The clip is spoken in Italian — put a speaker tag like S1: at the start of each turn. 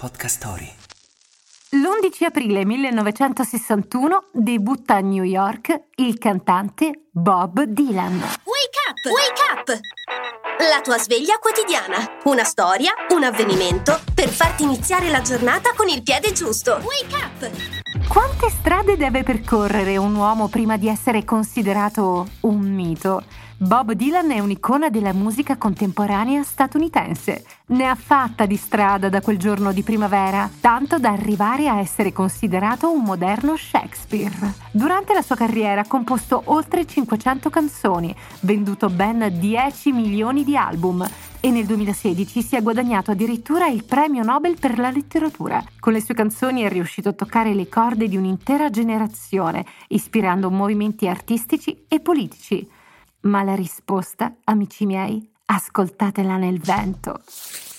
S1: Podcast Story.
S2: L'11 aprile 1961 debutta a New York il cantante Bob Dylan.
S3: Wake up! Wake up! La tua sveglia quotidiana. Una storia, un avvenimento per farti iniziare la giornata con il piede giusto. Wake up!
S2: Quante strade deve percorrere un uomo prima di essere considerato un mito? Bob Dylan è un'icona della musica contemporanea statunitense. Ne ha fatta di strada da quel giorno di primavera, tanto da arrivare a essere considerato un moderno Shakespeare. Durante la sua carriera ha composto oltre 500 canzoni, venduto ben 10 milioni di album e nel 2016 si è guadagnato addirittura il premio Nobel per la letteratura. Con le sue canzoni è riuscito a toccare le corde di un'intera generazione, ispirando movimenti artistici e politici. Ma la risposta, amici miei, ascoltatela nel vento.